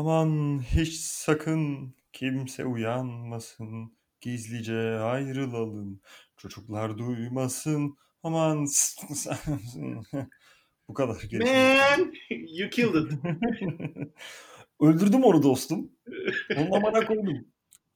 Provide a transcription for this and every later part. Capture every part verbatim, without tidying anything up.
Aman hiç sakın kimse uyanmasın. Gizlice ayrılalım. Çocuklar duymasın. Aman bu kadar gerisini unutmadım. Man, you killed it. Öldürdüm onu dostum. Onun amına koydum.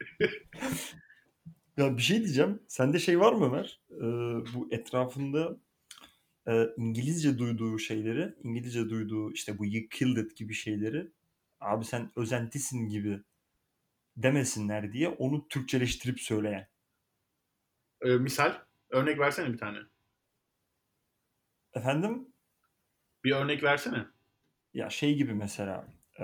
Ya bir şey diyeceğim. Sende şey var mı Ömer? Ee, bu etrafında e, İngilizce duyduğu şeyleri, İngilizce duyduğu işte bu you killed it gibi şeyleri abi sen özentisin gibi demesinler diye onu Türkçeleştirip söyleyen. Ee, misal, örnek versene bir tane. Efendim? Bir örnek versene. Ya şey gibi mesela e,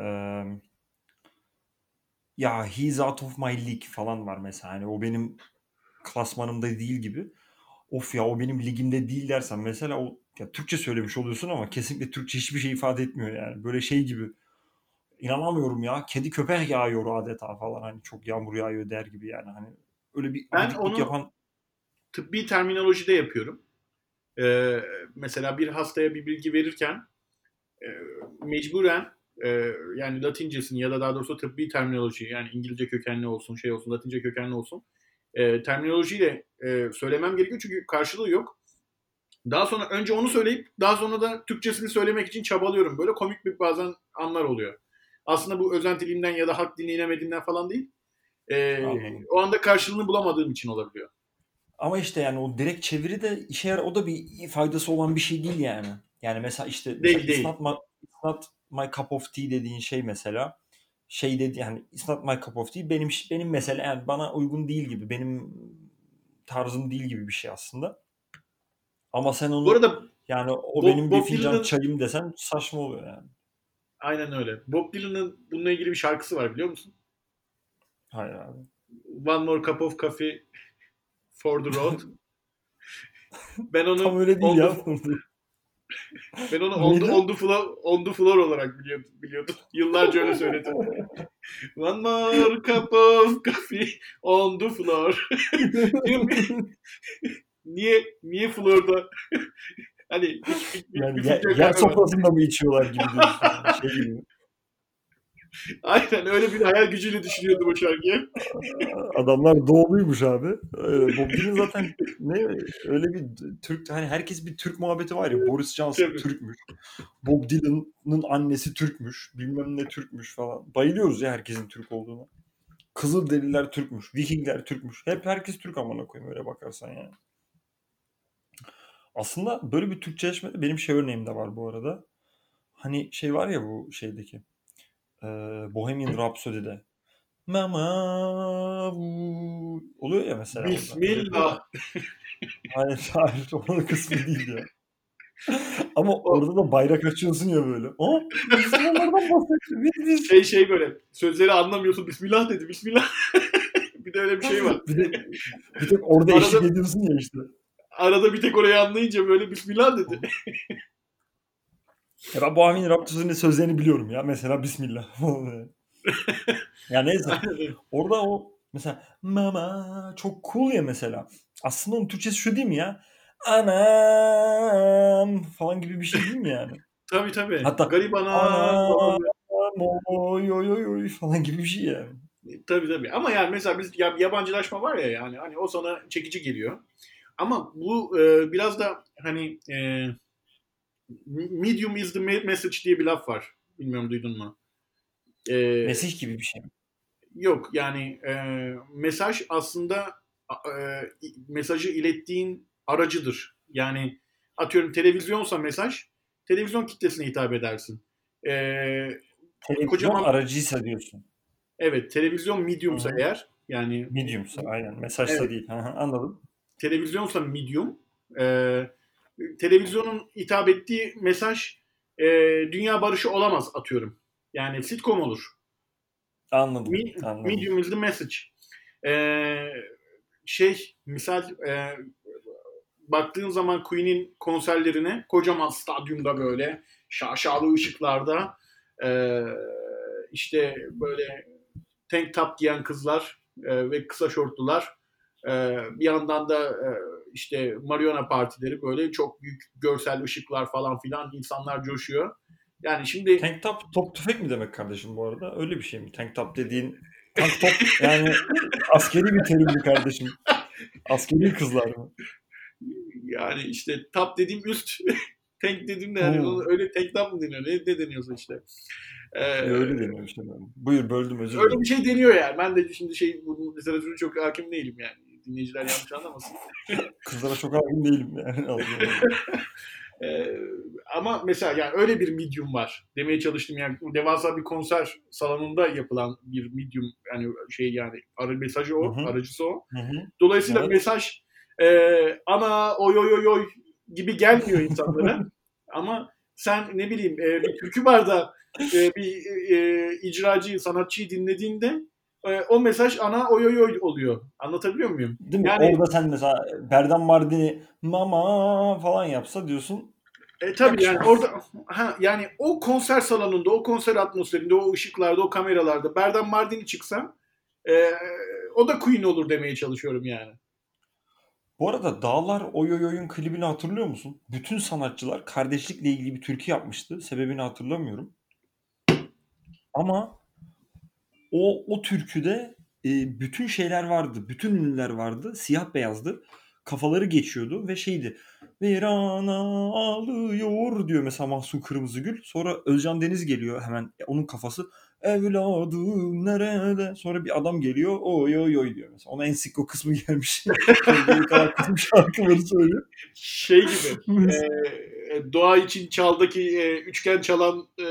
ya he's out of my league falan var mesela. Hani o benim klasmanımda değil gibi. Of ya o benim ligimde değil dersen mesela o ya Türkçe söylemiş oluyorsun ama kesinlikle Türkçe hiçbir şey ifade etmiyor yani. Böyle şey gibi. İnanamıyorum ya. Kedi köpek yağıyor adeta falan. Hani çok yağmur yağıyor der gibi yani. Hani öyle bir Ben abidiklik onu yapan. tıbbi terminolojide yapıyorum. Ee, mesela bir hastaya bir bilgi verirken e, mecburen e, yani Latincesini ya da daha doğrusu tıbbi terminoloji yani İngilizce kökenli olsun şey olsun Latince kökenli olsun e, terminolojiyle e, söylemem gerekiyor çünkü karşılığı yok. Daha sonra önce onu söyleyip daha sonra da Türkçesini söylemek için çabalıyorum. Böyle komik bir bazen anlar oluyor. Aslında bu özentiliğimden ya da hak dinleyinemediğimden falan değil. Ee, Anladım. o anda karşılığını bulamadığım için olabiliyor. Ama işte yani o direkt çeviri de işe yarar. O da bir faydası olan bir şey değil yani. Yani mesela işte mesela Değil it's değil. not my, it's not my cup of tea dediğin şey mesela şey dedi yani it's not my cup of tea benim benim mesela yani bana uygun değil gibi benim tarzım değil gibi bir şey aslında. Ama sen Bu onu arada yani o Bob, benim bir Bob fincan Dylan'ın çayım desen saçma oluyor yani. aynen öyle. Bob Dylan'ın bununla ilgili bir şarkısı var biliyor musun? Hayır abi. One more cup of coffee for the road. Ben Tam onu öyle değil on the ya. ben onu on the, Neydi? on the floor on the floor olarak biliyordum, biliyordum. Yıllarca öyle söyledim. One more cup of coffee on the floor. Diyorum niye niye Flor'da hani bir, bir, bir, bir Yani yer, fincan yer kahve var. sofrasında mı içiyorlar gibi diyorsun yani şey gibi. Aynen öyle bir hayal gücüyle düşünüyordum o şarkıyı. Adamlar doğuluymuş abi. Ee, Bob Dylan zaten ne öyle bir Türk hani herkes bir Türk muhabbeti var ya Boris Johnson Tabii. Türkmüş. Bob Dylan'ın annesi Türkmüş. Bilmem ne Türkmüş falan. Bayılıyoruz ya herkesin Türk olduğuna. Kızılderililer Türkmüş. Vikingler Türkmüş. Hep herkes Türk amına koyayım öyle bakarsan yani. Aslında böyle bir Türkçeleşme de benim şey örneğim de var bu arada. Hani şey var ya bu şeydeki e, Bohemian Rhapsody'de. Mama bu oluyor ya mesela orada. Öyle yapıyor ya. Bismillah. Hayır, hayır onun kısmı değil ya. Ama O orada da bayrak açıyorsun ya böyle. Aa, Müslümanlardan bahsetti. Biz biz. şey şey böyle sözleri anlamıyorsun. Bismillah dedi. Bismillah. Bir de öyle bir şey var. Bir de bir tek orada eşlik Arada ediyorsun ya işte. arada bir tek orayı anlayınca böyle Bismillah dedi. Ya ben Bohemian Rhapsody'nin sözlerini biliyorum ya. Mesela Bismillah. Ya neyse. Aynen. Orada o mesela mama çok cool ya mesela. Aslında onun Türkçesi şu değil mi ya? Anam falan gibi bir şey değil mi yani? Tabii tabii. Hatta Garip anam anam falan. oy oy oy oy falan gibi bir şey yani. Tabii tabii. Ama yani mesela biz ya, yabancılaşma var ya yani hani o sana çekici geliyor. Ama bu e, biraz da hani e, medium is the message diye bir laf var. Bilmiyorum duydun mu? E, Mesih gibi bir şey mi? yok yani e, mesaj aslında e, mesajı ilettiğin aracıdır. Yani atıyorum televizyonsa mesaj televizyon kitlesine hitap edersin. E, Televizyon kocaman aracıysa diyorsun. evet televizyon Hı mediumsa hı. eğer yani Medium'sa aynen. Mesajsa evet değil. Hı hı, anladım. televizyonsa medium e, televizyonun hitap ettiği mesaj e, dünya barışı olamaz atıyorum. Yani sitcom olur. Anladım. Me- Anladım. Medium is the message. E, şey misal e, baktığın zaman Queen'in konserlerine kocaman stadyumda böyle şaşalı ışıklarda e, işte böyle tank top giyen kızlar e, ve kısa şortlular e, bir yandan da e, işte Mariona partileri böyle çok büyük görsel ışıklar falan filan insanlar coşuyor. Yani şimdi Tank top top tüfek mi demek kardeşim bu arada? Öyle bir şey mi? Tank top dediğin tank top yani askeri bir terim mi kardeşim? Askeri kızlar mı? yani işte top dediğim üst, tank dediğim de yani Oo. öyle tank top mu deniyor? Ne, ne deniyorsa işte. E, Ee, öyle deniyor işte. Buyur böldüm özür Öyle bir dilerim. şey deniyor yani. Ben de şimdi şey bunun literatürü çok hakim değilim yani. Dinleyiciler yanlış anlamasın. Kızlara çok hakim değilim yani. Allah Allah. Ee, Ama mesela yani öyle bir medium var demeye çalıştım yani devasa bir konser salonunda yapılan bir medium yani şey yani arı mesajı Hı o, hı. aracısı o. Hı hı. Dolayısıyla Evet. mesaj e, ana oy oy oy oy gibi gelmiyor insanlara. Ama sen ne bileyim e, bir türkü barda e, bir e, icracıyı, sanatçıyı dinlediğinde e, o mesaj ana oy oy oy oluyor. Anlatabiliyor muyum? Değil mi? Yani Orada sen mesela Berdan Mardini mama falan yapsa diyorsun E, tabii yani yakışmaz. orada ha, yani o konser salonunda, o konser atmosferinde, o ışıklarda, o kameralarda Berdan Mardini çıksa e, o da Queen olur demeye çalışıyorum yani. Bu arada Dağlar Oy Oy Oy'un klibini hatırlıyor musun? Bütün sanatçılar kardeşlikle ilgili bir türkü yapmıştı. Sebebini hatırlamıyorum. Ama o o türküde e, bütün şeyler vardı. Bütün ünlüler vardı. Siyah beyazdı. Kafaları geçiyordu ve şeydi. Bir ana ağlıyor diyor mesela Mahsun Kırmızıgül. Sonra Özcan Deniz geliyor hemen e, onun kafası. Evladım nerede? Sonra bir adam geliyor. Oy oy oy diyor mesela. Ona en sık o kısmı gelmiş. Sonra geri kalan kısım şarkıları söylüyor. Şey gibi e, doğa için çaldaki e, üçgen çalan e,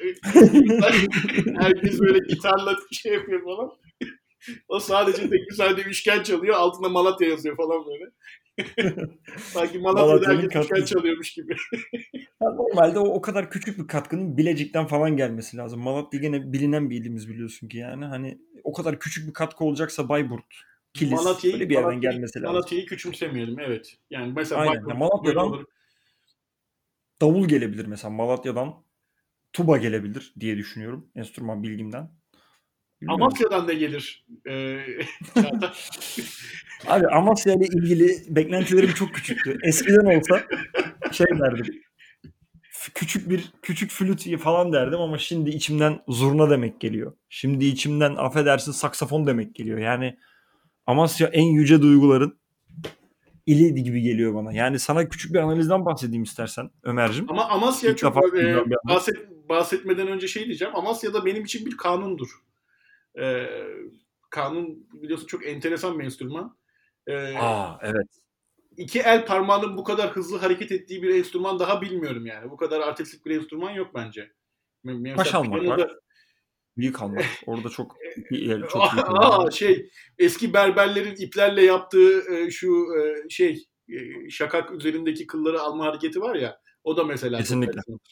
herkes böyle gitarla bir şey yapıyor falan. O sadece tek bir saniye üçgen çalıyor. Altında Malatya yazıyor falan böyle. Sanki Malatya'da Malatya'nın herkes üçgen katkısı. çalıyormuş gibi. Ya normalde o, o kadar küçük bir katkının Bilecik'ten falan gelmesi lazım. Malatya gene bilinen bir ilimiz biliyorsun ki yani. Hani o kadar küçük bir katkı olacaksa Bayburt, Kilis Malatya'yı öyle bir yerden Malatya'yı gelmesi lazım. Malatya'yı küçümsemeyelim evet. Yani mesela Aynen. Ya Bayburt böyle Malatya'dan olur. davul gelebilir mesela. Malatya'dan tuba gelebilir diye düşünüyorum. Enstrüman bilgimden. Bilmiyorum. Amasya'dan da gelir. Ee, Çağatay. Abi Amasya ile ilgili beklentilerim çok küçüktü. Eskiden olsa şey derdim. f- Küçük bir küçük flüt falan derdim ama şimdi içimden zurna demek geliyor. Şimdi içimden affedersin saksafon demek geliyor. Yani Amasya en yüce duyguların ili gibi geliyor bana. Yani sana küçük bir analizden bahsedeyim istersen Ömer'cim. Ama Amasya İlk çok defa e, duyacağım bir analiz. bahset, bahsetmeden önce şey diyeceğim. Amasya da benim için bir kanundur. Ee, Kanun biliyorsun çok enteresan bir enstrüman. Ee, Aa evet. iki el parmağının bu kadar hızlı hareket ettiği bir enstrüman daha bilmiyorum yani. Bu kadar artistik bir enstrüman yok bence. Taş Mesela almak var. piyanoda Büyük almak. Orada çok iyi, el- çok iyi aa, kullanılıyor. şey eski berberlerin iplerle yaptığı e, şu e, şey e, şakak üzerindeki kılları alma hareketi var ya o da mesela çok Kesinlikle. enteresan.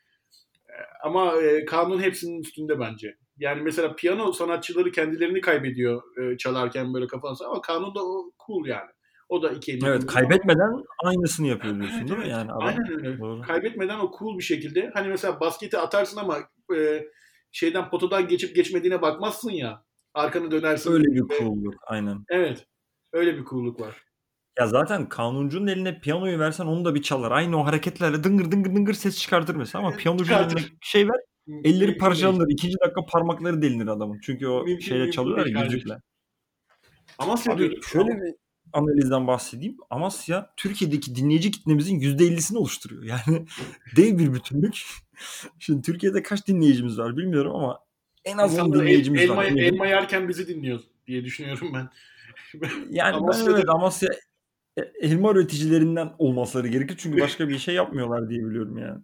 Ama e, kanun hepsinin üstünde bence. Yani mesela piyano sanatçıları kendilerini kaybediyor e, çalarken böyle kafanızda ama kanun da o cool yani. O da iki elini Evet kullanıyor ama kaybetmeden aynısını yapıyor evet diyorsun değil mi? evet Yani adam aynen öyle. doğru. Kaybetmeden o cool bir şekilde hani mesela basketi atarsın ama e, şeyden potadan geçip geçmediğine bakmazsın ya. Arkanı dönersin Öyle bir ve cool'luk aynen. evet öyle bir cool'luk var. Ya zaten kanuncunun eline piyanoyu versen onu da bir çalar. Aynı o hareketlerle dıngır dıngır dıngır ses çıkartır mesela ama E, piyanoncunun eline çıkartır. şey ver M- elleri Mümkün değil. parçalanır. İkinci dakika parmakları delinir adamın. Çünkü o Mümkün şeyle mümkün çalıyorlar değil ya yüzükle. kardeşim. Amasya Abi diyorduk. şöyle Ama bir analizden bahsedeyim. Amasya Türkiye'deki dinleyici kitlemizin yüzde ellisini oluşturuyor. Yani dev bir bütünlük. Şimdi Türkiye'de kaç dinleyicimiz var bilmiyorum ama en az on insanlar el, dinleyicimiz var elma, eminim. elma yerken bizi dinliyor diye düşünüyorum ben. Yani ben Amasya'da evet Amasya e, elma üreticilerinden olmaları gerekir. Çünkü başka bir şey yapmıyorlar diye biliyorum yani.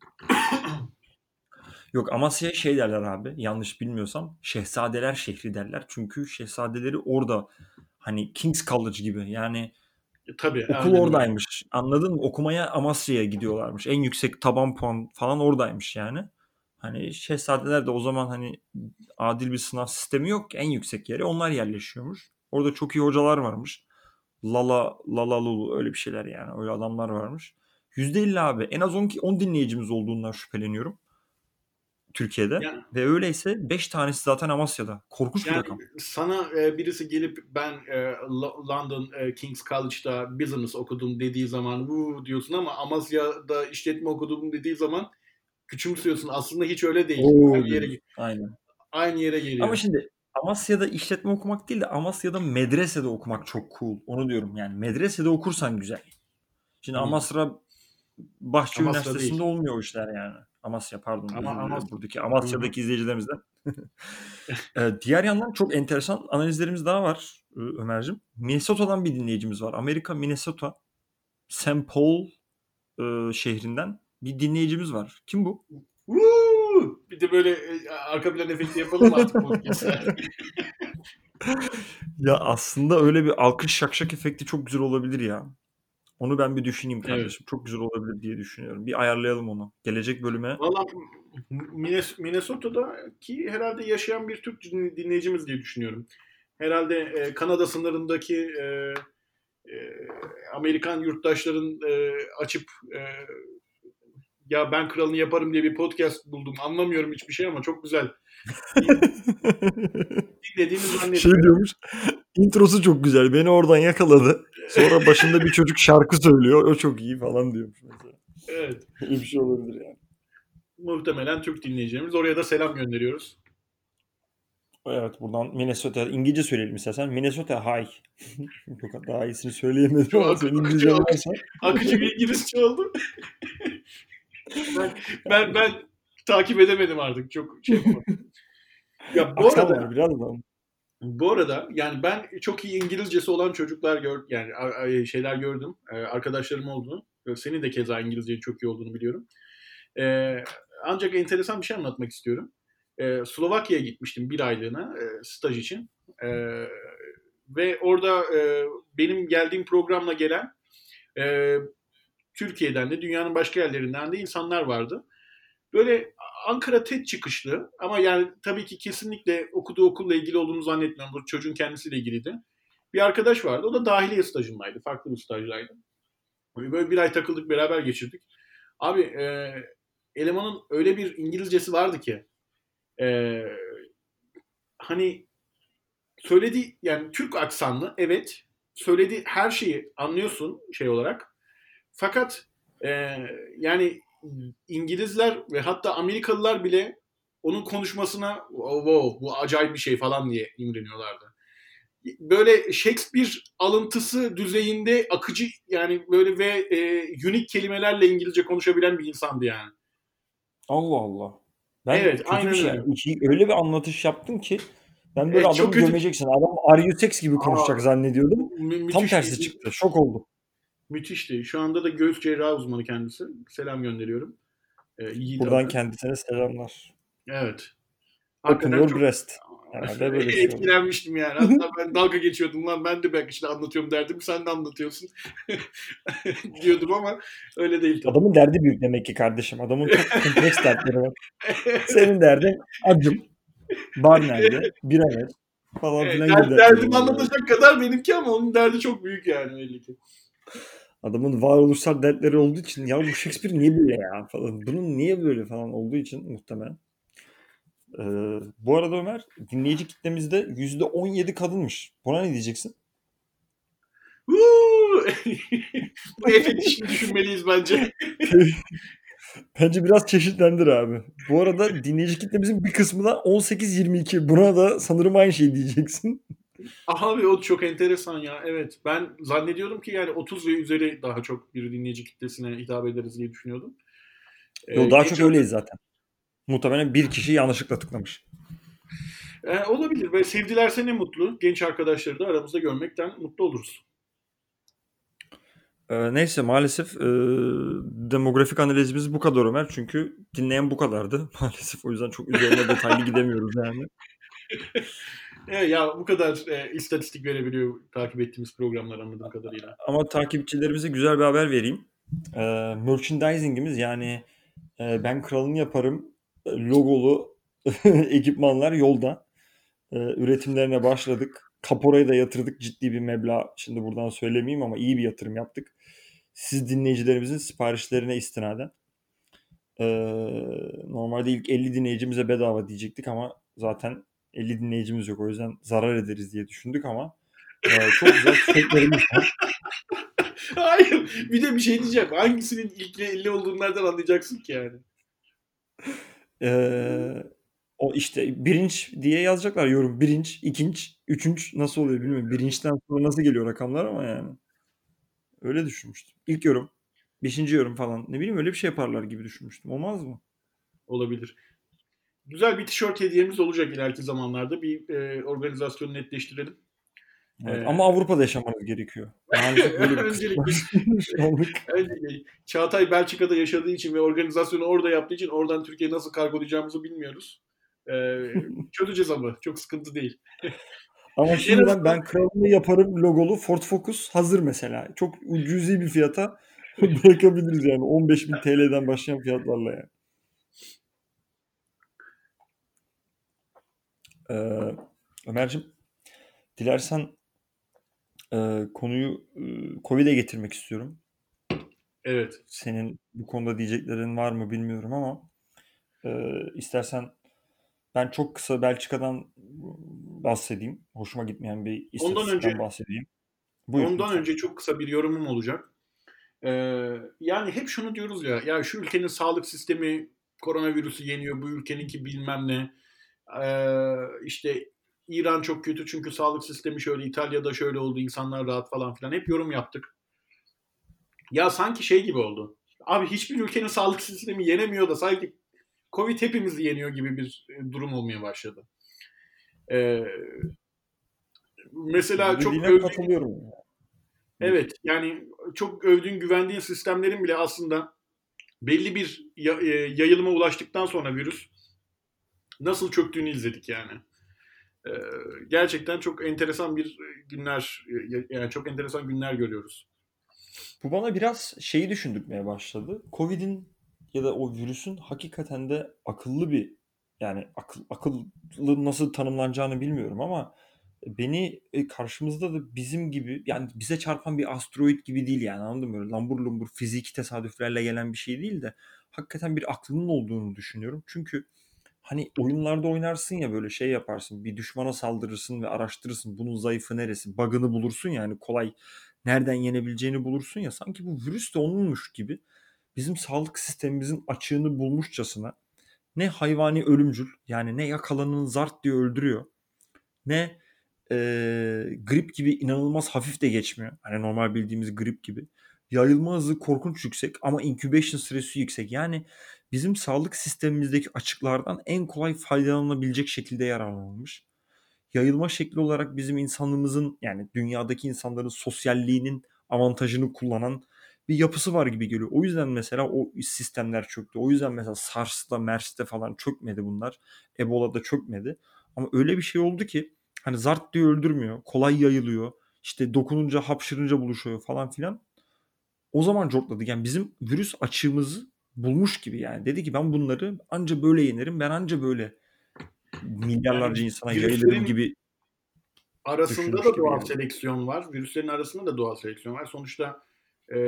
Yok Amasya'ya şey derler abi yanlış bilmiyorsam Şehzadeler şehri derler. Çünkü şehzadeleri orada hani King's College gibi yani tabii okul aynen öyle. oradaymış. Anladın mı? Okumaya Amasya'ya gidiyorlarmış. En yüksek taban puan falan oradaymış yani. Hani şehzadeler de o zaman hani adil bir sınav sistemi yok ki en yüksek yere onlar yerleşiyormuş. Orada çok iyi hocalar varmış. Lala, Lala Lulu öyle bir şeyler yani. Öyle adamlar varmış. yüzde elli abi. En az on, on dinleyicimiz olduğundan şüpheleniyorum Türkiye'de. Yani, Ve öyleyse beş tanesi zaten Amasya'da. Korkunç bir yani rakam. sana e, birisi gelip ben e, Lo- London e, King's College'da business okudum dediği zaman bu diyorsun ama Amasya'da işletme okudum dediği zaman küçümsüyorsun. Aslında hiç öyle değil. Oo Aynı yere diyoruz. Aynen. aynı yere Ama geliyor. şimdi Amasya'da işletme okumak değil de Amasya'da medresede okumak çok cool. Onu diyorum yani. Medresede okursan güzel. Şimdi Hmm. Amasra Bahçe Amasra Üniversitesi'nde değil. olmuyor o işler yani. Amasya pardon, Ama özür ama dilerim buradaki Hı hı. Amasya'daki izleyicilerimizden. Ee, diğer yandan çok enteresan analizlerimiz daha var Ö- Ömer'cim. Minnesota'dan bir dinleyicimiz var. Amerika Minnesota Saint Paul e, şehrinden bir dinleyicimiz var. Kim bu? Woo! Bir de böyle e, arka plan efekti yapalım artık podcast'te. Ya aslında öyle bir alkış şakşak efekti çok güzel olabilir ya. Onu ben bir düşüneyim Evet. kardeşim. Çok güzel olabilir diye düşünüyorum. Bir ayarlayalım onu. Gelecek bölüme. Valla Minnes- Minnesota'daki herhalde yaşayan bir Türk din- dinleyicimiz diye düşünüyorum. Herhalde e, Kanada sınırındaki e, e, Amerikan yurttaşların e, açıp e, ya ben kralını yaparım diye bir podcast buldum. Anlamıyorum hiçbir şey ama çok güzel. Dinlediğini Şey zannetmiyorum. diyormuş. Introsu çok güzel. Beni oradan yakaladı. Sonra başında bir çocuk şarkı söylüyor. O çok iyi falan diyormuş mesela. Evet. Öyle bir şey olabilir yani. Muhtemelen Türk dinleyicilerimiz. Oraya da selam gönderiyoruz. Evet, buradan Minnesota İngilizce söyleyelim istersen. Minnesota High. Yok, daha iyisini söyleyemedim Çok ama akı- senin akıcı, İngilizcen akıcı, varsa. akıcı bir İngilizce oldu. Ben, ben, ben takip edemedim artık. Çok şey yapamadım. Ya bu Aksan var arada biraz da. bu arada yani ben çok iyi İngilizcesi olan çocuklar gör yani a- a- şeyler gördüm. Ee, arkadaşlarım oldu. Senin de keza İngilizcenin çok iyi olduğunu biliyorum. Ee, ancak enteresan bir şey anlatmak istiyorum. Ee, Slovakya'ya gitmiştim bir aylığına e, staj için. Ee, ve orada e, benim geldiğim programla gelen e, Türkiye'den de dünyanın başka yerlerinden de insanlar vardı. Böyle Ankara TED çıkışlı ama yani tabii ki kesinlikle okuduğu okulla ilgili olduğunu zannetmiyorum. Bu çocuğun kendisiyle ilgiliydi. Bir arkadaş vardı. O da dahiliye stajındaydı. Farklı bir stajdaydı. Böyle bir ay takıldık, beraber geçirdik. Abi e, elemanın öyle bir İngilizcesi vardı ki e, hani söylediği yani Türk aksanlı evet söylediği her şeyi anlıyorsun şey olarak. Fakat e, yani İngilizler ve hatta Amerikalılar bile onun konuşmasına oh, wow, bu acayip bir şey falan diye imreniyorlardı. Böyle Shakespeare alıntısı düzeyinde akıcı yani böyle ve e, unik kelimelerle İngilizce konuşabilen bir insandı yani. Allah Allah. Ben Evet, kötü bir aynen şey öyle. yani. İki- Öyle bir anlatış yaptın ki ben böyle Evet, çok adamı kötü. gömeceksin. Adam are you sex gibi Aa, konuşacak zannediyordum. mü- Tam müthişti. tersi çıktı. Şok oldum. Müthişti. Şu anda da göğüs cerrahı uzmanı kendisi. Selam gönderiyorum. Ee, Yiğit Buradan adına. kendisine selamlar. Evet. Open Hakikaten your çok breast. Herhalde böyle bir şey oluyor. etkilenmiştim yani. Hatta ben dalga geçiyordum lan ben de belki işte anlatıyorum derdim. Sen de anlatıyorsun diyordum ama öyle değil tabii. Adamın derdi büyük demek ki kardeşim. Adamın çok kompleks dertleri var. Senin derdin acım, bar nerede, bira ver falan Evet, filan gibi dert, dertleri derdimi var yani. anlatacak kadar benimki ama onun derdi çok büyük yani belli ki. Adamın varoluşsal dertleri olduğu için ya bu Shakespeare niye böyle ya falan. Bunun niye böyle falan olduğu için muhtemelen. Ee, bu arada Ömer dinleyici kitlemizde yüzde on yedi kadınmış. Buna ne diyeceksin? Huu! Bu efekt işini düşünmeliyiz bence. Bence biraz çeşitlendir abi. Bu arada dinleyici kitlemizin bir kısmı da on sekiz yirmi iki. Buna da sanırım aynı şey diyeceksin. Abi o çok enteresan ya. Evet. Ben zannediyorum ki yani otuz ve üzeri daha çok bir dinleyici kitlesine hitap ederiz diye düşünüyordum. Ee, Yo, daha genç çok arka- öyleyiz zaten. Muhtemelen bir kişi yanlışlıkla tıklamış. Ee, olabilir. Ve sevdilerse ne mutlu. Genç arkadaşları da aramızda görmekten mutlu oluruz. Ee, neyse maalesef e, demografik analizimiz bu kadar Ömer. Çünkü dinleyen bu kadardı. Maalesef o yüzden çok üzerine detaylı gidemiyoruz yani. Evet, ya bu kadar e, istatistik verebiliyor takip ettiğimiz programlar anladığım kadarıyla. Ama takipçilerimize güzel bir haber vereyim. Ee, merchandising'imiz yani e, ben kralını yaparım e, logolu ekipmanlar yolda. Ee, üretimlerine başladık. Kaporayı da yatırdık ciddi bir meblağ. Şimdi buradan söylemeyeyim ama iyi bir yatırım yaptık. Siz dinleyicilerimizin siparişlerine istinaden. Ee, normalde ilk elli dinleyicimize bedava diyecektik ama zaten elli dinleyicimiz yok. O yüzden zarar ederiz diye düşündük ama e, çok güzel tişörtlerimiz var. Hayır. Bir de bir şey diyeceğim. Hangisinin ilk ve elli olduğunu nereden anlayacaksın ki yani? Eee, o işte birinç diye yazacaklar yorum. Birinç, ikinç, üçünç nasıl oluyor bilmiyorum. Birinçten sonra nasıl geliyor rakamlar ama yani. Öyle düşünmüştüm. İlk yorum, beşinci yorum falan. Ne bileyim öyle bir şey yaparlar gibi düşünmüştüm. Olmaz mı? Olabilir. Güzel bir tişört hediyemiz olacak ileriki zamanlarda. Bir e, organizasyonu netleştirelim. Evet E, ama Avrupa'da yaşamanız gerekiyor. Maalesef böyle bir kısıt var öncelikle, şu anlık. öncelikle Çağatay Belçika'da yaşadığı için ve organizasyonu orada yaptığı için oradan Türkiye'ye nasıl kargolayacağımızı bilmiyoruz. E, çözeceğiz ama çok sıkıntı değil. Ama En şimdiden azından ben kralını yaparım logolu Ford Focus hazır mesela. Çok cüzi bir fiyata bırakabiliriz yani. on beş bin T L'den başlayan fiyatlarla yani. Ee, Ömerciğim dilersen e, konuyu e, Covid'e getirmek istiyorum. evet. Senin bu konuda diyeceklerin var mı bilmiyorum ama e, istersen ben çok kısa Belçika'dan bahsedeyim. Hoşuma gitmeyen bir Ondan önce istatistikten bahsedeyim. Buyur ondan lütfen. önce çok kısa bir yorumum olacak. E, yani hep şunu diyoruz ya, ya şu ülkenin sağlık sistemi koronavirüsü yeniyor, bu ülkeninki bilmem ne. Ee, işte İran çok kötü çünkü sağlık sistemi şöyle, İtalya'da şöyle oldu, insanlar rahat falan filan. Hep yorum yaptık. Ya sanki şey gibi oldu. Abi hiçbir ülkenin sağlık sistemi yenemiyor da sanki Covid hepimizi yeniyor gibi bir e, durum olmaya başladı. Ee, Bu mesela çok dediğine övdüğün, katılıyorum. Buyur. evet yani çok övdüğün, güvendiğin sistemlerin bile aslında belli bir ya- e, yayılıma ulaştıktan sonra virüs nasıl çöktüğünü izledik yani. Ee, gerçekten çok enteresan bir günler, yani çok enteresan günler görüyoruz. Bu bana biraz şeyi düşündürtmeye başladı. Covid'in ya da o virüsün hakikaten de akıllı bir yani akıl, akıllı nasıl tanımlanacağını bilmiyorum ama beni e, karşımızda da bizim gibi yani bize çarpan bir asteroid gibi değil yani anladın mı? Böyle lambur lumbur fiziki tesadüflerle gelen bir şey değil de hakikaten bir aklının olduğunu düşünüyorum. Çünkü hani oyunlarda oynarsın ya böyle şey yaparsın. Bir düşmana saldırırsın ve araştırırsın. Bunun zayıfı neresi? Bug'ını bulursun yani kolay nereden yenebileceğini bulursun ya. Sanki bu virüs de onunmuş gibi bizim sağlık sistemimizin açığını bulmuşçasına ne hayvani ölümcül yani ne yakalanın zart diye öldürüyor ne e, grip gibi inanılmaz hafif de geçmiyor. Hani normal bildiğimiz grip gibi. Yayılma hızı korkunç yüksek ama incubation süresi yüksek. Yani bizim sağlık sistemimizdeki açıklardan en kolay faydalanabilecek şekilde yararlanılmış. Yayılma şekli olarak bizim insanlığımızın yani dünyadaki insanların sosyalliğinin avantajını kullanan bir yapısı var gibi geliyor. O yüzden mesela o sistemler çöktü. O yüzden mesela SARS'ta, MERS'te falan çökmedi bunlar. Ebola'da çökmedi. Ama öyle bir şey oldu ki hani zart diye öldürmüyor. Kolay yayılıyor. İşte dokununca hapşırınca buluşuyor falan filan. O zaman cortladı. Yani bizim virüs açığımızı bulmuş gibi yani. Dedi ki ben bunları anca böyle yenerim. Ben anca böyle milyarlarca Yani insana yayılırım virüslerin gibi arasında düşünmüş da gibi doğal geldi. seleksiyon var. Virüslerin arasında da doğal seleksiyon var. Sonuçta e,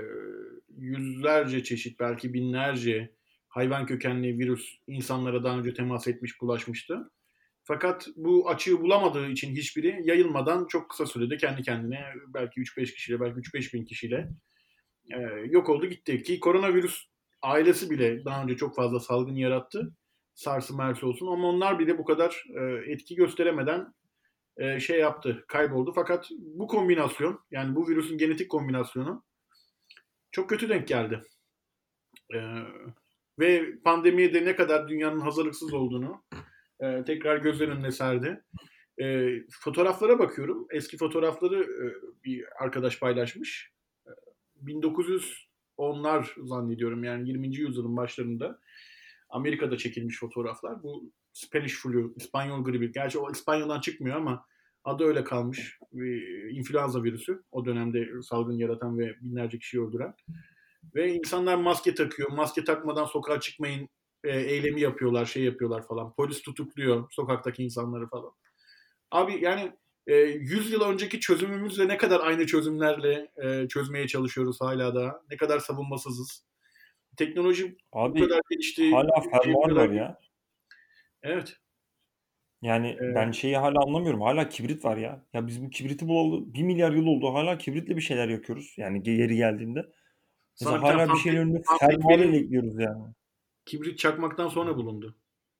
yüzlerce çeşit, belki binlerce hayvan kökenli virüs insanlara daha önce temas etmiş, bulaşmıştı. Fakat bu açığı bulamadığı için hiçbiri yayılmadan çok kısa sürede kendi kendine belki üç beş kişiyle, belki üç beş bin kişiyle e, yok oldu gitti. Ki koronavirüs ailesi bile daha önce çok fazla salgın yarattı. SARS'ı MERS olsun ama onlar bile bu kadar e, etki gösteremeden e, şey yaptı, kayboldu. Fakat bu kombinasyon, yani bu virüsün genetik kombinasyonu çok kötü denk geldi. E, ve pandemiye de ne kadar dünyanın hazırlıksız olduğunu e, tekrar gözler önüne serdi. E, fotoğraflara bakıyorum. Eski fotoğrafları e, bir arkadaş paylaşmış. bin dokuz yüz onlar zannediyorum, yani yirminci yüzyılın başlarında Amerika'da çekilmiş fotoğraflar. Bu Spanish flu, İspanyol gribi. Gerçi o İspanyol'dan çıkmıyor ama adı öyle kalmış. Bir influenza virüsü. O dönemde salgın yaratan ve binlerce kişiyi öldüren. Ve insanlar maske takıyor. Maske takmadan sokağa çıkmayın e, eylemi yapıyorlar, şey yapıyorlar falan. Polis tutukluyor sokaktaki insanları falan. Abi yani e, yüz yıl önceki çözümümüzle ne kadar aynı çözümlerle e, çözmeye çalışıyoruz hala da. Ne kadar savunmasızız. Teknoloji bu Abi kadar gelişti. hala Şey bu fermuar kadar var gelişti. ya. Evet. Yani ben E, şeyi hala anlamıyorum. Hala kibrit var ya. Ya biz bu kibriti bulalı bir milyar yıl oldu. Hala kibritle bir şeyler yakıyoruz. Yani yeri geldiğinde. sana Mesela bir tane hala bir fun şeyin fact, önünü fun fact fermuar ile vereyim. ekliyoruz yani. Kibrit çakmaktan sonra bulundu.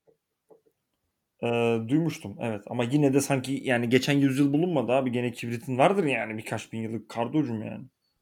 Ee, duymuştum evet ama yine de sanki yani geçen yüzyıl bulunmadı abi. Gene kibritin vardır yani birkaç bin yıllık kardocum yani.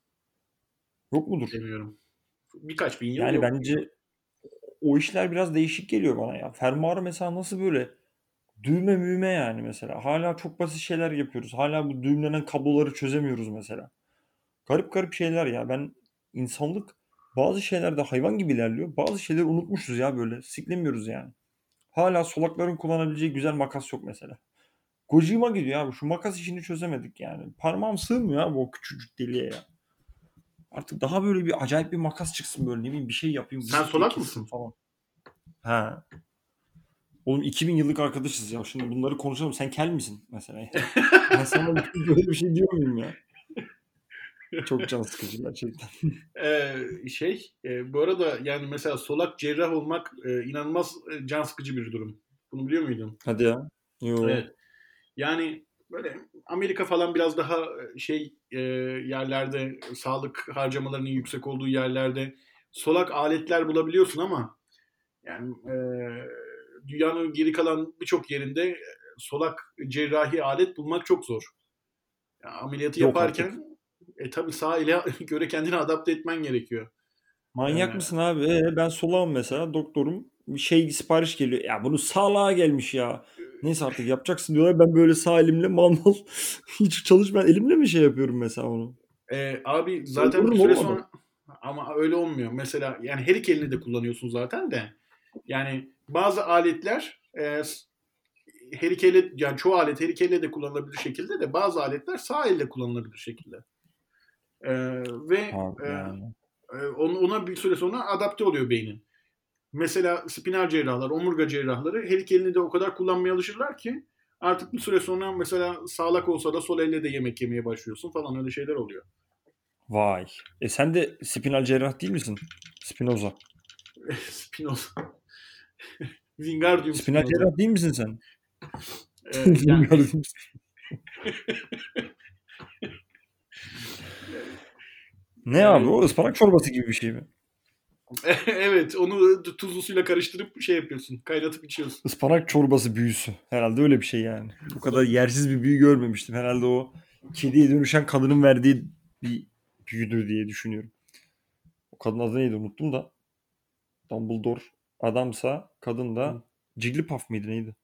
Yok mudur? Demiyorum. Birkaç bin yıl Yani yok. bence o işler biraz değişik geliyor bana ya. Fermuarı mesela nasıl böyle düğme müğme yani mesela. Hala çok basit şeyler yapıyoruz. Hala bu düğümlenen kabloları çözemiyoruz mesela. Garip garip şeyler ya. Ben insanlık bazı şeylerde hayvan gibi ilerliyor. Bazı şeyleri unutmuşuz ya böyle. Siklemiyoruz yani. Hala solakların kullanabileceği güzel makas yok mesela. Gocima gidiyor abi. Şu makas işini çözemedik yani. Parmağım sığmıyor abi o küçücük deliğe ya. Artık daha böyle bir acayip bir makas çıksın böyle ne bileyim bir şey yapayım Sen vızık diye solak kessin mısın? falan. Ha. Oğlum iki bin yıllık arkadaşız ya. Şimdi bunları konuşalım. Sen kel misin mesela yani? Ben sana böyle bir şey diyor muyum ya? Çok can sıkıcı gerçekten. Ee, şey, e, bu arada yani mesela solak cerrah olmak e, inanılmaz e, can sıkıcı bir durum. Bunu biliyor muydun? Hadi ya. Yo. Evet. Yani böyle Amerika falan biraz daha e, şey e, yerlerde sağlık harcamalarının yüksek olduğu yerlerde solak aletler bulabiliyorsun ama yani e, dünyanın geri kalan birçok yerinde e, solak cerrahi alet bulmak çok zor. Ya, ameliyatı Yok artık. yaparken e, tabii sağ ele göre kendini adapte etmen gerekiyor. E, Manyak mısın abi? Ee, ben solağım mesela. Doktorum bir şey sipariş geliyor. Ya bunu sağlığa gelmiş ya. Neyse artık yapacaksın diyorlar. Ben böyle sağ elimle mal mal hiç çalışmayan elimle mi şey yapıyorum mesela onu? e, abi zaten bir Öldürürüm süre oğlum adamı. sonra ama öyle olmuyor. Mesela yani her iki elini de kullanıyorsun zaten de. Yani bazı aletler e, her iki elle, yani çoğu alet her iki elle de kullanılabilir şekilde de bazı aletler sağ elle kullanılabilir şekilde. E, ve Abi e, yani. e, ona bir süre sonra adapte oluyor beynin. Mesela spinal cerrahlar, omurga cerrahları her iki elini de o kadar kullanmaya alışırlar ki artık bir süre sonra mesela sağlak olsa da sol elle de yemek yemeye başlıyorsun falan öyle şeyler oluyor. Vay. E sen de spinal cerrah değil misin? Spinoza. Spinoza. Wingardium Spinal Spinoza. cerrah değil misin sen? Ee, yani Bilmiyorum. Ne abi o? e, Ispanak çorbası gibi bir şey mi? evet onu tuzlu suyla karıştırıp şey yapıyorsun. Kaynatıp içiyorsun. Ispanak çorbası büyüsü. Herhalde öyle bir şey yani. Bu kadar Olabilir. yersiz bir büyü görmemiştim. Herhalde o kediye dönüşen kadının verdiği bir büyüdür diye düşünüyorum. O kadın adı neydi unuttum da. Dumbledore adamsa kadın da Jigglypuff mıydı neydi?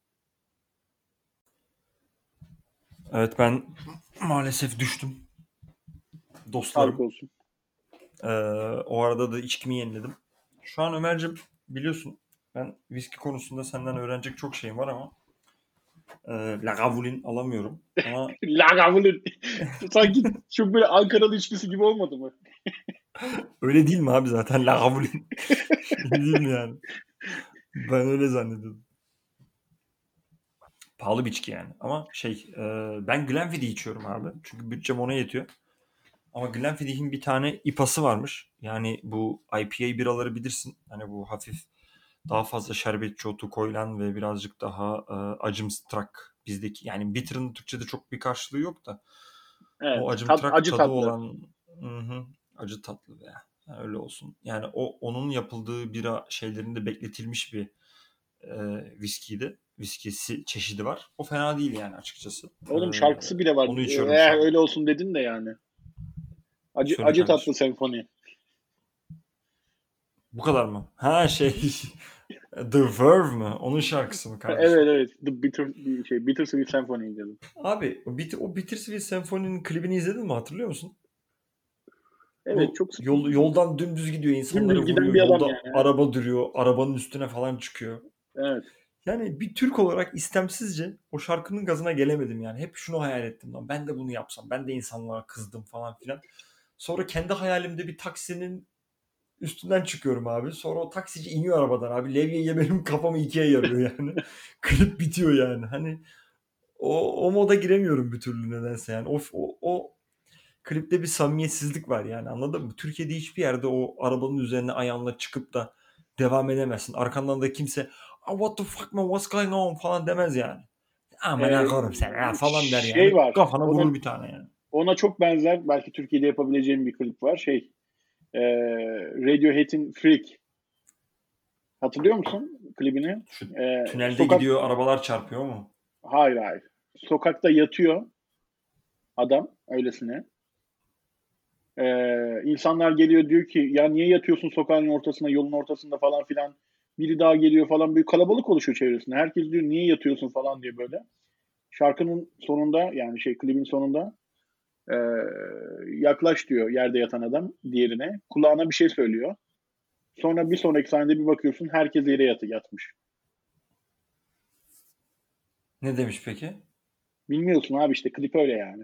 Evet ben maalesef düştüm Sağlık dostlarım. olsun. Ee, o arada da içkimi yeniledim. Şu an Ömer'cim biliyorsun ben viski konusunda senden öğrenecek çok şeyim var ama e, Lagavulin alamıyorum. Ama Lagavulin. Sanki çok böyle Ankaralı içkisi gibi olmadı mı? öyle değil mi abi zaten Lagavulin? Şey değil mi yani? Ben öyle zannediyordum. Pahalı bir içki yani. Ama şey e, ben Glenfiddich içiyorum abi. Çünkü bütçem ona yetiyor. Ama Glenfiddich'in bir tane İPA'sı varmış. Yani bu I P A biraları bilirsin. Hani bu hafif daha fazla şerbetçi otu koyulan ve birazcık daha e, acımtırak bizdeki. Yani bitter'ın Türkçe'de çok bir karşılığı yok da. O Evet. Tat, acımtırak acı tadı tatlı. olan hı hı, acı tatlı veya yani öyle olsun. Yani o onun yapıldığı bira şeylerinde bekletilmiş bir e, viskiydi. Viskisi çeşidi var. O fena değil yani açıkçası. E, Oğlum şarkısı bile var. onu içiyorum şu Eh, an. öyle olsun dedin de yani. Acı, Söyle acı tatlı kardeşim. senfoni. Bu kadar mı? Ha şey The Verve mı? Onun şarkısı mı kardeşim? Evet evet. The Bitter, şey, Bittersweet Symphony dedim. Abi o, Bit o Bittersweet Symphony'nin klibini izledin mi? Hatırlıyor musun? Evet Bu çok yol, yoldan dümdüz gidiyor, insanları dümdüz giden vuruyor. bir adam Yolda yani. Evet. araba duruyor. Arabanın üstüne falan çıkıyor. Evet. Yani bir Türk olarak istemsizce o şarkının gazına gelemedim yani. Hep şunu hayal ettim lan. Ben de bunu yapsam. Ben de insanlara kızdım falan filan. Sonra kendi hayalimde bir taksinin üstünden çıkıyorum abi. Sonra o taksici iniyor arabadan abi. Levye'ye benim kafamı ikiye yarıyor yani. Klip bitiyor yani. Hani o, o moda giremiyorum bir türlü nedense yani. O, o, o klipte bir samimiyetsizlik var yani anladın mı? Türkiye'de hiçbir yerde o arabanın üzerine ayağınla çıkıp da devam edemezsin. Arkandan da kimse "Ah, what the fuck man what's going on" falan demez yani. Aman Ee, akorum sen ha falan der şey yani. var. Kafana Ona vurur bir tane yani. ona çok benzer belki Türkiye'de yapabileceğim bir klip var. Şey, e, Radiohead'in Freak. Hatırlıyor musun klibini? Şu Ee, tünelde sokak gidiyor, arabalar çarpıyor mu? hayır hayır. Sokakta yatıyor adam öylesine. Ee, insanlar geliyor diyor ki ya niye yatıyorsun sokağın ortasında, yolun ortasında falan filan. Biri daha geliyor falan, bir kalabalık oluşuyor çevresinde. Herkes diyor niye yatıyorsun falan diye böyle. Şarkının sonunda, yani şey klibin sonunda e, yaklaş diyor yerde yatan adam diğerine. Kulağına bir şey söylüyor. Sonra bir sonraki sahnede bir bakıyorsun herkes yere yatı yatmış. Ne demiş peki? Bilmiyorsun abi, işte klip öyle yani.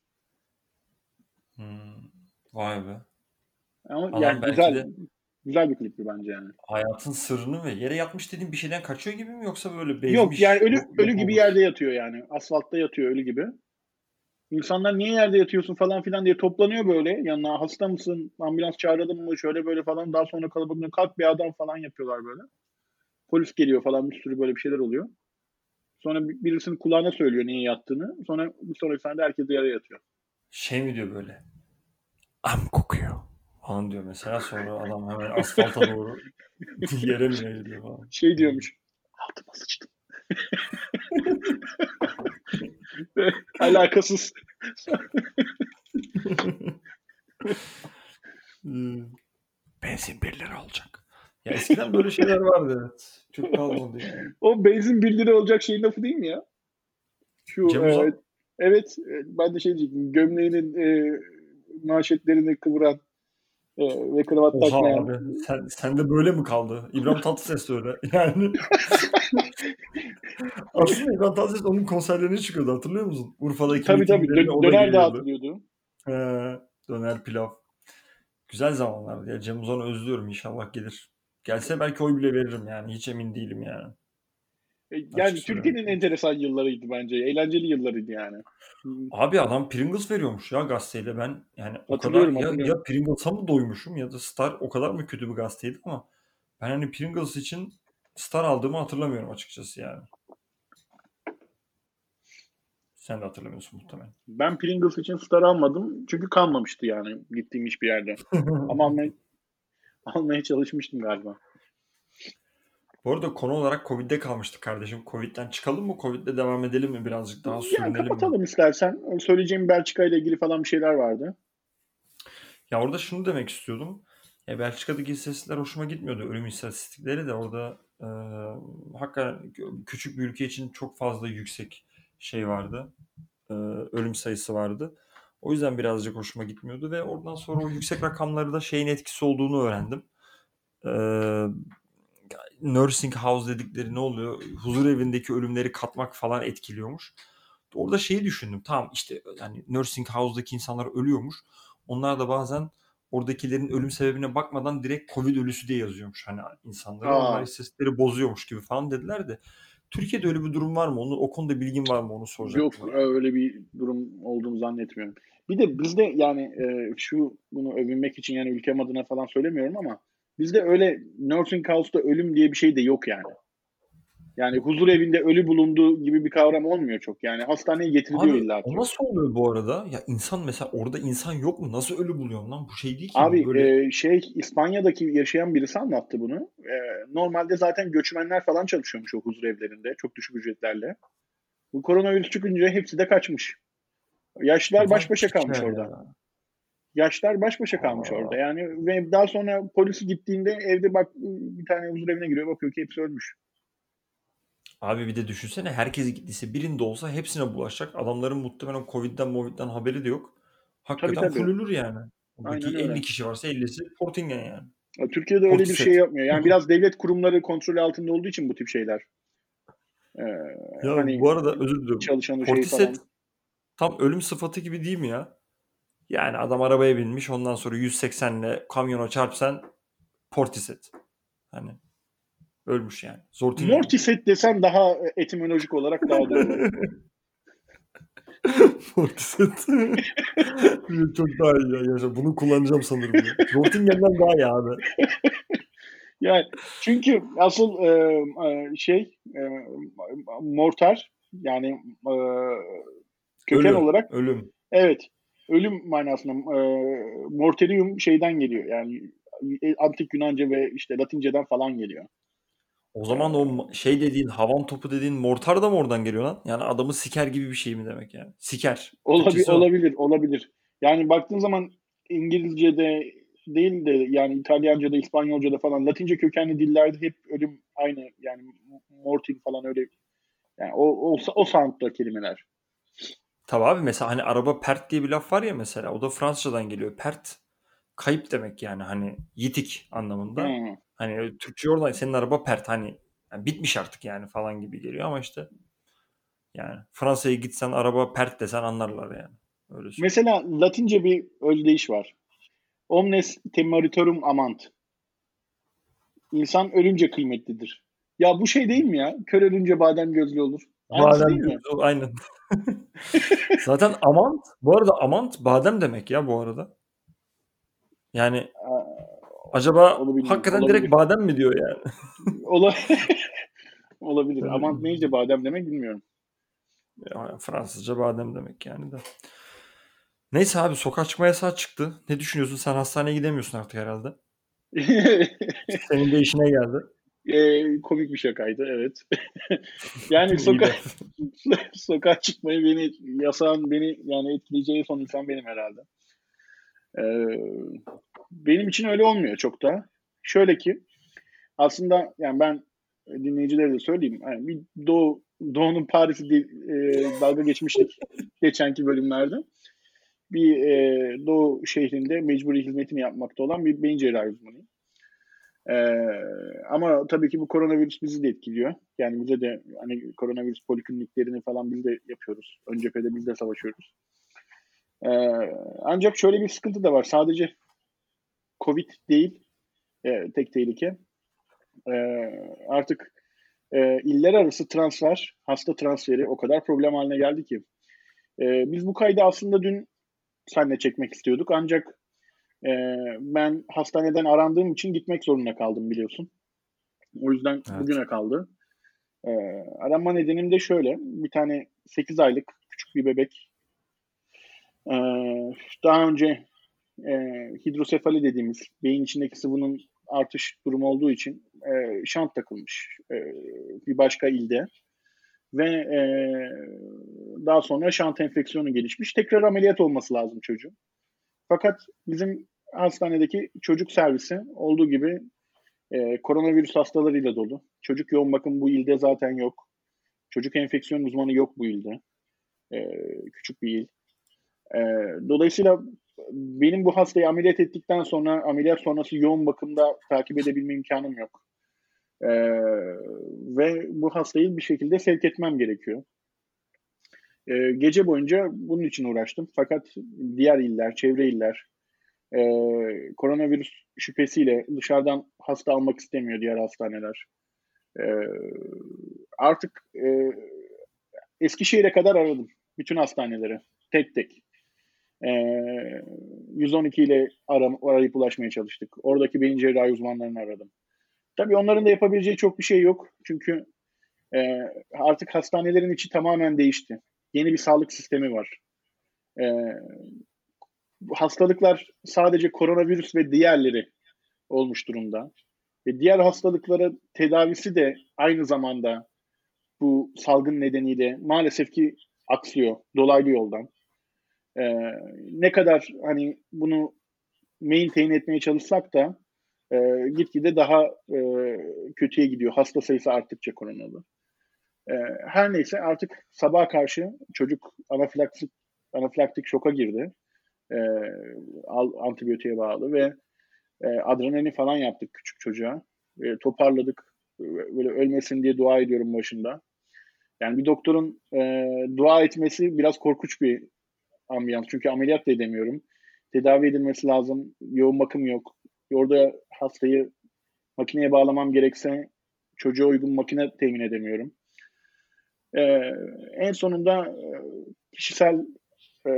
Hmm, vay be. Ama Adam yani belki güzel de güzel bir klipti bence yani. hayatın sırrını ve yere yatmış dediğin bir şeyden kaçıyor gibi mi yoksa böyle Yok yani bezmiş, ölü yok, ölü yok gibi olmuş? yerde yatıyor yani. Asfaltta yatıyor ölü gibi. İnsanlar niye yerde yatıyorsun falan filan diye toplanıyor böyle. Yanına hasta mısın? Ambulans çağıralım mı? Şöyle böyle falan. Daha sonra kalabalık kalk bir adam falan yapıyorlar böyle. Polis geliyor falan, bir sürü böyle bir şeyler oluyor. Sonra bir- birisinin kulağına söylüyor niye yattığını. Sonra bir sonraki sahnede herkes yere yatıyor. Şey mi diyor böyle? Am kokuyor falan diyor mesela. Sonra adam hemen asfalta doğru yere mi eğiliyor falan. Şey diyormuş. Altıma sıçtım. Alakasız. Hmm. Benzin bir lira olacak. Ya eskiden böyle şeyler vardı, evet. Çok kalmadı yani. O benzin bir lira olacak şeyin lafı değil mi ya? Şu Cem e, Uzan. evet, e, ben de şey diyecektim. Gömleğinin e, manşetlerini kıvıran e, ve kravat Oha takmayan. abi. Sen, sen de böyle mi kaldı? İbrahim Tatlıses de öyle. Yani aslında İbrahim Tatlıses onun konserlerine çıkıyordu, hatırlıyor musun? Urfa'daki Tabii tabii mitinglerine dö- o da döner geliyordu. dağıtılıyordu. He, döner pilav. Güzel zamanlardı ya. Cem Uzan'ı özlüyorum, inşallah gelir. Gelse belki oy bile veririm yani. Hiç emin değilim yani. E, Açık Yani söylemek Türkiye'nin gerekirse. enteresan yıllarıydı bence. Eğlenceli yıllarıydı yani. Hmm, Abi adam Pringles veriyormuş ya gazeteyle, ben yani o kadar Hatırlıyorum ya hatırlıyorum. ya Pringles'a mı doymuşum ya da Star o kadar mı kötü bir gazeteydi, ama ben hani Pringles için Star aldığımı hatırlamıyorum açıkçası yani. Sen de hatırlamıyorsun muhtemelen. Ben Pringles için Star almadım. Çünkü kalmamıştı yani gittiğim hiçbir yerde. Ama almaya, almaya çalışmıştım galiba. Bu arada konu olarak Covid'de kalmıştık kardeşim. Covid'den çıkalım mı? Covid'le devam edelim mi? Birazcık daha Yani sürünelim mi? kapatalım istersen. Söyleyeceğim Belçika ile ilgili falan bir şeyler vardı. Ya orada şunu demek istiyordum. Ya Belçika'daki istatistikler hoşuma gitmiyordu. Ölüm istatistikleri de orada e, hakikaten küçük bir ülke için çok fazla yüksek şey vardı. E, ölüm sayısı vardı. O yüzden birazcık hoşuma gitmiyordu ve oradan sonra o yüksek rakamları da şeyin etkisi olduğunu öğrendim. E, nursing house dedikleri ne oluyor? Huzur evindeki ölümleri katmak falan etkiliyormuş. Orada şeyi düşündüm. Tamam işte yani nursing house'daki insanlar ölüyormuş. Onlar da bazen oradakilerin ölüm sebebine bakmadan direkt Covid ölüsü diye yazıyormuş hani insanları. Onlar Aa, istatistikleri bozuyormuş gibi falan dediler de. Türkiye'de öyle bir durum var mı? Onu, o konuda bilgin var mı? Onu yok soracaktım yani. öyle bir durum olduğunu zannetmiyorum. Bir de bizde yani e, şu bunu övünmek için yani ülkem adına falan söylemiyorum ama bizde öyle nursing house'da ölüm diye bir şey de yok yani. Yani huzur evinde ölü bulunduğu gibi bir kavram olmuyor çok. Yani hastaneye getiriliyor Abi o illaki. nasıl oluyor bu arada? Ya insan mesela orada insan yok mu? Nasıl ölü buluyorsun lan? Bu şey değil ki, bu Abi böyle. e, şey İspanya'daki yaşayan birisi anlattı bunu. E, normalde zaten göçmenler falan çalışıyormuş o huzur evlerinde çok düşük ücretlerle. Bu koronavirüs çıkınca hepsi de kaçmış. Yaşlılar Vay baş başa kalmış piçler orada. ya. Yaşlar baş başa kalmış Aa. orada. Yani ve daha sonra polisi gittiğinde evde bak bir tane huzur evine giriyor, bakıyor ki hepsi ölmüş. Abi bir de düşünsene, herkes gittiyse birinde olsa hepsine bulaşacak. Adamların muhtemelen Covid'den Movid'den haberi de yok. Tabii Hakikaten full tabii. ölür yani. Aynen Oradaki elli öyle. kişi varsa ellisi Portingen yani. Ya, Türkiye'de öyle bir şey Portiset. yapmıyor. Yani biraz devlet kurumları kontrolü altında olduğu için bu tip şeyler. Ee, Ya Hani bu arada özür diliyorum. çalışan o şey Portiset falan. tam ölüm sıfatı gibi değil mi ya? Yani adam arabaya binmiş, ondan sonra yüz seksenle kamyona çarpsan Portiset. Hani ölmüş yani. Zortingen gibi. Mortiset desen daha etimolojik olarak daha doğru. Portiset. Çok daha iyi ya. Yaşa. Bunu kullanacağım sanırım ya. Zortingen'den daha iyi abi. Yani çünkü asıl e, e, şey e, mortar yani e, köken Ölü. olarak Ölüm. evet ölüm manasında e, mortarium şeyden geliyor. Yani e, antik Yunanca ve işte Latinceden falan geliyor. O zaman o şey dediğin, havan topu dediğin mortar da mı oradan geliyor lan? Yani adamı siker gibi bir şey mi demek yani? Siker. Olabi- Türkçesi o. olabilir, olabilir. Yani baktığın zaman İngilizce'de değil de yani İtalyanca'da, İspanyolca'da falan Latince kökenli dillerde hep ölüm aynı yani morting falan öyle yani o o, o sound'da kelimeler. Tabii abi, mesela hani araba pert diye bir laf var ya mesela. O da Fransızcadan geliyor. Pert kayıp demek yani, hani yitik anlamında. Hmm. Hani Türkçe oradan, senin araba pert, hani yani bitmiş artık yani falan gibi geliyor ama işte yani Fransa'ya gitsen araba pert desen anlarlar yani. Öyle söyleyeyim. Mesela Latince bir özdeyiş var. Omnes temeritorum amant. İnsan ölünce kıymetlidir. Ya bu şey değil mi ya? Kör ölünce badem gözlü olur. Aynısı Badem değil mi? gözü, aynen. Zaten amant, bu arada amant badem demek ya bu arada. Yani Aa, acaba onu bilmiyorum. hakikaten direkt Olabilir. badem mi diyor yani? Ola olabilir. Yani, Amant neyse badem demek bilmiyorum. ya Fransızca badem demek yani de. Neyse abi, sokağa çıkma yasağı çıktı. Ne düşünüyorsun? Sen hastaneye gidemiyorsun artık herhalde. Senin de işine geldi. Eee, komik bir şakaydı, evet. Yani İyi soka be. sokağa çıkmayı beni yasağın beni yani etkileyeceği son insan benim herhalde. Eee, benim için öyle olmuyor çok da. Şöyle ki aslında yani ben dinleyicilere de söyleyeyim. Yani bir Doğu Doğu'nun Paris'i diye, eee, dalga geçmiştik geçenki bölümlerde. Bir eee, Doğu şehrinde mecburi hizmetini yapmakta olan bir beyin cerrahi uzmanıyım. Ee, ama tabii ki bu koronavirüs bizi de etkiliyor. Yani bize de hani koronavirüs polikliniklerini falan biz de yapıyoruz. Ön cephede biz de savaşıyoruz. Ee, ancak şöyle bir sıkıntı da var. Sadece Covid değil e, tek tehlike. Ee, artık e, iller arası transfer, hasta transferi o kadar problem haline geldi ki. Ee, biz bu kaydı aslında dün seninle çekmek istiyorduk. Ancak e, ben hastaneden arandığım için gitmek zorunda kaldım biliyorsun. O yüzden Evet. bugüne kaldı. Ee, aranma nedenim de şöyle. Bir tane sekiz aylık küçük bir bebek. Ee, daha önce e, hidrosefali dediğimiz beyin içindeki sıvının artış durumu olduğu için e, şant takılmış e, bir başka ilde. Ve e, daha sonra şant enfeksiyonu gelişmiş. Tekrar ameliyat olması lazım çocuğun. Fakat bizim hastanedeki çocuk servisi olduğu gibi e, koronavirüs hastalarıyla dolu. Çocuk yoğun bakım bu ilde zaten yok. Çocuk enfeksiyon uzmanı yok bu ilde. Ee, küçük bir il. Ee, dolayısıyla benim bu hastayı ameliyat ettikten sonra ameliyat sonrası yoğun bakımda takip edebilme imkanım yok. Ee, ve bu hastayı bir şekilde sevk etmem gerekiyor. Ee, gece boyunca bunun için uğraştım. Fakat diğer iller, çevre iller e, koronavirüs şüphesiyle dışarıdan hasta almak istemiyor diğer hastaneler. Ee, artık e, Eskişehir'e kadar aradım. Bütün hastaneleri. Tek tek. Ee, yüz on iki ile aram, arayıp ulaşmaya çalıştık. Oradaki beyin cerrahi uzmanlarını aradım. Tabii onların da yapabileceği çok bir şey yok. Çünkü e, artık hastanelerin içi tamamen değişti. Yeni bir sağlık sistemi var. E, bu hastalıklar sadece koronavirüs ve diğerleri olmuş durumda. Ve diğer hastalıklara tedavisi de aynı zamanda bu salgın nedeniyle maalesef ki aksıyor dolaylı yoldan. Ee, ne kadar hani bunu maintain etmeye çalışsak da e, gitgide daha e, kötüye gidiyor. Hasta sayısı arttıkça koronalı. E, her neyse artık sabaha karşı çocuk anafilaktik, anafilaktik şoka girdi. E, antibiyotiğe bağlı ve e, adrenalin falan yaptık küçük çocuğa. E, toparladık. Böyle ölmesin diye dua ediyorum başında. Yani bir doktorun e, dua etmesi biraz korkunç bir ambiyans. Çünkü ameliyat da edemiyorum. Tedavi edilmesi lazım. Yoğun bakım yok. Orada hastayı makineye bağlamam gerekse çocuğa uygun makine temin edemiyorum. Ee, en sonunda e, kişisel e,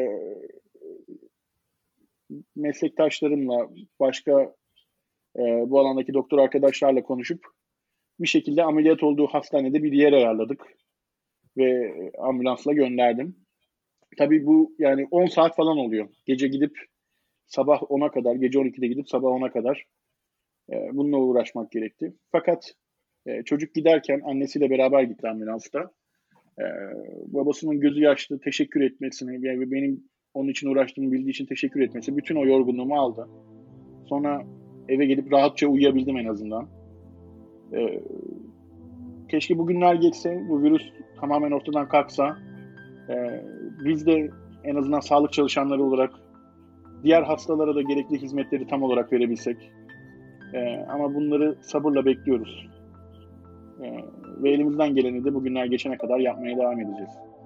meslektaşlarımla başka e, bu alandaki doktor arkadaşlarla konuşup bir şekilde ameliyat olduğu hastanede bir yer ayarladık ve ambulansla gönderdim. Tabii bu yani on saat falan oluyor. Gece gidip sabah ona kadar, gece on ikide gidip sabah ona kadar e, bununla uğraşmak gerekti. Fakat E, çocuk giderken annesiyle beraber gitti ambulansta. E, babasının gözü yaşlı, teşekkür etmesini, yani benim onun için uğraştığımı bildiği için teşekkür etmesi, bütün o yorgunluğumu aldı. Sonra eve gelip rahatça uyuyabildim en azından. E, keşke bugünler geçse, bu virüs tamamen ortadan kalksa, e, biz de en azından sağlık çalışanları olarak diğer hastalara da gerekli hizmetleri tam olarak verebilsek. E, ama bunları sabırla bekliyoruz. E, ve elimizden geleni de bugünler geçene kadar yapmaya devam edeceğiz.